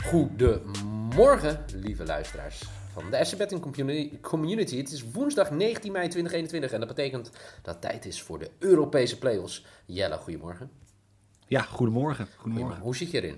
Goedemorgen, lieve luisteraars van de SC Betting Community. Het is woensdag 19 mei 2021 en dat betekent dat het tijd is voor de Europese play-offs. Jelle, goedemorgen. Ja, goedemorgen. Hoe zit je erin?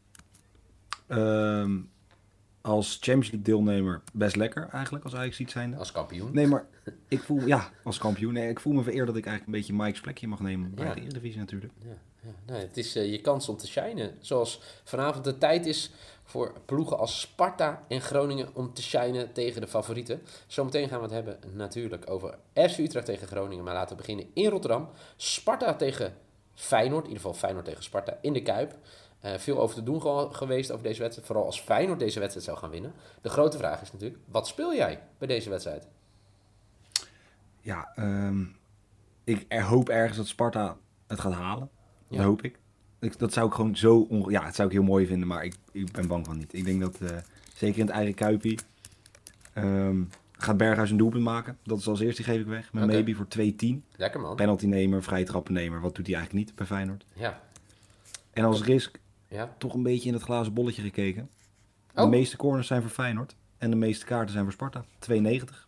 Als Champions League deelnemer best lekker eigenlijk, als Ajax ziet zijn. Als kampioen? Nee, maar ik voel, als kampioen. Nee, ik voel me vereerd dat ik eigenlijk een beetje Mike's plekje mag nemen bij de Eredivisie natuurlijk. Ja. Nee, het is je kans om te shinen. Zoals vanavond de tijd is voor ploegen als Sparta en Groningen om te shinen tegen de favorieten. Zometeen gaan we het hebben natuurlijk over FC Utrecht tegen Groningen. Maar laten we beginnen in Rotterdam. Sparta tegen Feyenoord, in ieder geval Feyenoord tegen Sparta in de Kuip. Veel over te doen geweest over deze wedstrijd. Vooral als Feyenoord deze wedstrijd zou gaan winnen. De grote vraag is natuurlijk, wat speel jij bij deze wedstrijd? Ja, ik hoop ergens dat Sparta het gaat halen. Dat hoop ik. Dat zou ik gewoon zo... het zou ik heel mooi vinden, maar ik ben bang van niet. Ik denk dat, zeker in het eigen Kuipie, gaat Berghuis een doelpunt maken. Dat is als eerste, die geef ik weg. Met maybe voor 2-10. Lekker man. Penaltynemer, vrije trappennemer. Wat doet hij eigenlijk niet bij Feyenoord? Ja. En als risk toch een beetje in het glazen bolletje gekeken. De meeste corners zijn voor Feyenoord. En de meeste kaarten zijn voor Sparta. 2,90.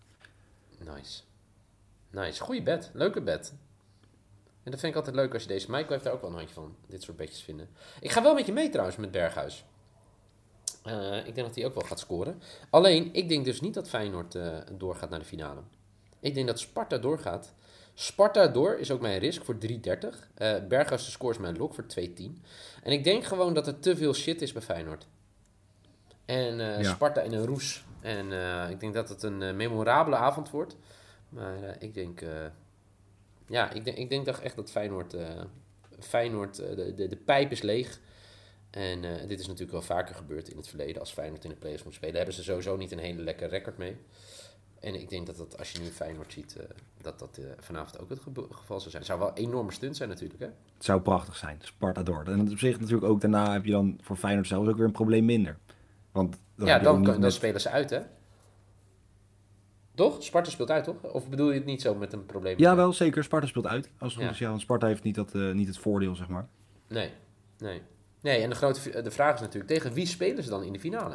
Nice. Goeie bet. Leuke bet. En dat vind ik altijd leuk als je deze... Michael heeft daar ook wel een handje van. Dit soort betjes vinden. Ik ga wel met je mee trouwens met Berghuis. Ik denk dat hij ook wel gaat scoren. Alleen, ik denk dus niet dat Feyenoord doorgaat naar de finale. Ik denk dat Sparta doorgaat. Sparta door is ook mijn risk voor 3,30. Berghuis de score is mijn lock voor 2,10. En ik denk gewoon dat er te veel shit is bij Feyenoord. En Sparta in een roes. En ik denk dat het een memorabele avond wordt. Maar ik denk... Ik denk toch echt dat Feyenoord de pijp is leeg. En dit is natuurlijk wel vaker gebeurd in het verleden. Als Feyenoord in de play-offs moet spelen, hebben ze sowieso niet een hele lekker record mee. En ik denk dat als je nu Feyenoord ziet, dat vanavond ook het geval zou zijn. Het zou wel een enorme stunt zijn natuurlijk, hè? Het zou prachtig zijn, Sparta door. En op zich natuurlijk ook daarna heb je dan voor Feyenoord zelfs ook weer een probleem minder. Want dan spelen ze uit, hè? Toch? Sparta speelt uit, toch? Of bedoel je het niet zo met een probleem? Ja, wel zeker. Sparta speelt uit. Als het goed is, want Sparta heeft niet het voordeel, zeg maar. Nee, en de vraag is natuurlijk, tegen wie spelen ze dan in de finale?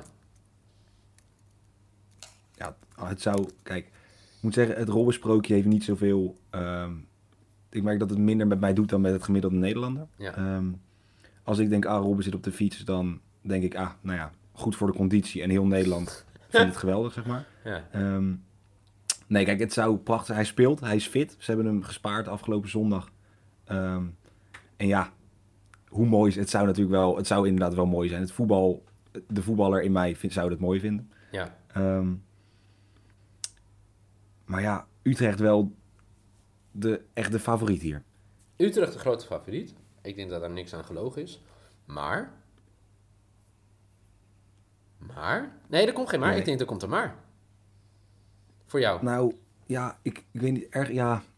Ja, het zou... Kijk, ik moet zeggen, het Robben-sprookje heeft niet zoveel... ik merk dat het minder met mij doet dan met het gemiddelde Nederlander. Ja. Als ik denk, Robben zit op de fiets, dan denk ik, goed voor de conditie. En heel Nederland vindt het geweldig, zeg maar. Ja. Nee, kijk, het zou prachtig... Hij speelt, hij is fit. Ze hebben hem gespaard afgelopen zondag. Hoe mooi is het? Het zou inderdaad wel mooi zijn. De voetballer in mij zou het mooi vinden. Ja. Maar Utrecht wel echt de favoriet hier. Utrecht de grote favoriet. Ik denk dat er niks aan gelogen is. Maar? Nee, er komt geen maar. Nee. Ik denk er komt een maar. Voor jou. Nou, ik weet niet erg...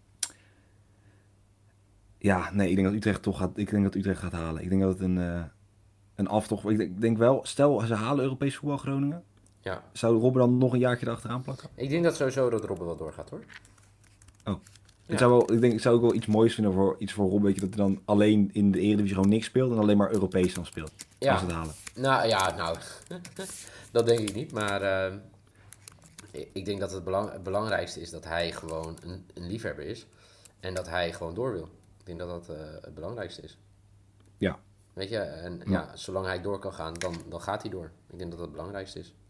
ik denk dat Utrecht toch gaat... Ik denk dat Utrecht gaat halen. Ik denk dat het een aftocht... Ik denk wel, stel ze halen Europees voetbal Groningen. Ja. Zou Robben dan nog een jaartje erachteraan plakken? Ik denk dat sowieso dat Robben wel doorgaat, hoor. Oh. Ja. Ik zou ook wel iets moois vinden voor Robben, weet je, dat hij dan alleen in de Eredivisie gewoon niks speelt en alleen maar Europees dan speelt. Ja. Als ze het halen. Nou, dat denk ik niet, maar ik denk dat het belangrijkste is dat hij gewoon een liefhebber is en dat hij gewoon door wil. Ik denk dat dat het belangrijkste is. Ja. Weet je, en zolang hij door kan gaan, dan gaat hij door. Ik denk dat dat het belangrijkste is.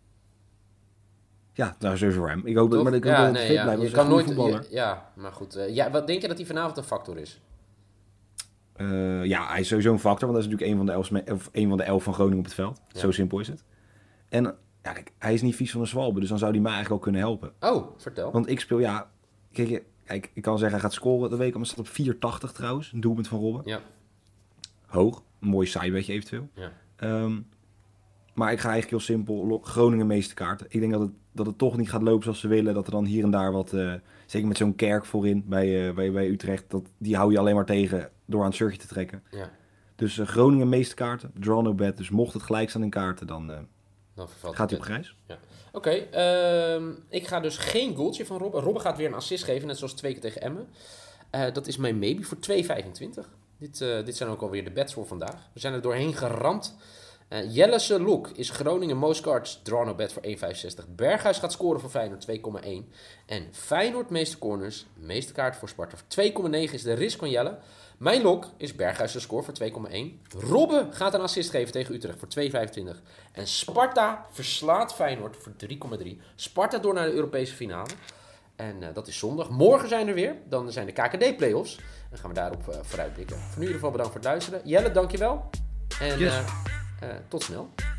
Ja, nou sowieso voor hem. Ik hoop dat hij fit blijft. Je kan nooit voetballer. Maar goed. Wat denk je dat hij vanavond een factor is? Hij is sowieso een factor, want dat is natuurlijk een van de 11 van Groningen op het veld. Ja. Zo simpel is het. En kijk, hij is niet vies van een zwalbe, dus dan zou hij mij eigenlijk wel kunnen helpen. Oh, vertel. Want ik speel, kijk, ik kan zeggen hij gaat scoren de week, maar het staat op 4,80 trouwens, een doelpunt van Robben. Ja. Hoog, een mooi saaibedje eventueel. Ja. Maar ik ga eigenlijk heel simpel, Groningen meeste kaarten. Ik denk dat het toch niet gaat lopen zoals ze willen. Dat er dan hier en daar wat, zeker met zo'n Kerk voorin bij Utrecht, die hou je alleen maar tegen door aan het shirtje te trekken. Ja. Dus Groningen meeste kaarten, draw no bet. Dus mocht het gelijk staan in kaarten, dan gaat hij op grijs. Ja. Oké, ik ga dus geen goaltje van Robben. Robben gaat weer een assist geven, net zoals 2 keer tegen Emmen. Dat is mijn maybe voor 2,25. Dit zijn ook alweer de bets voor vandaag. We zijn er doorheen geramd. Jellese Loek is Groningen Most Cards draw no bet voor 1,65. Berghuis gaat scoren voor Feyenoord 2,1. En Feyenoord meeste corners, meeste kaart voor Sparta voor 2,9 is de risk van Jelle. Mijn lok is Berghuis de score voor 2,1. Robben gaat een assist geven tegen Utrecht voor 2,25. En Sparta verslaat Feyenoord voor 3,3. Sparta door naar de Europese finale. En dat is zondag. Morgen zijn er weer. Dan zijn de KKD-playoffs. Dan gaan we daarop vooruitblikken. Voor nu in ieder geval bedankt voor het luisteren. Jelle, dankjewel. En tot snel.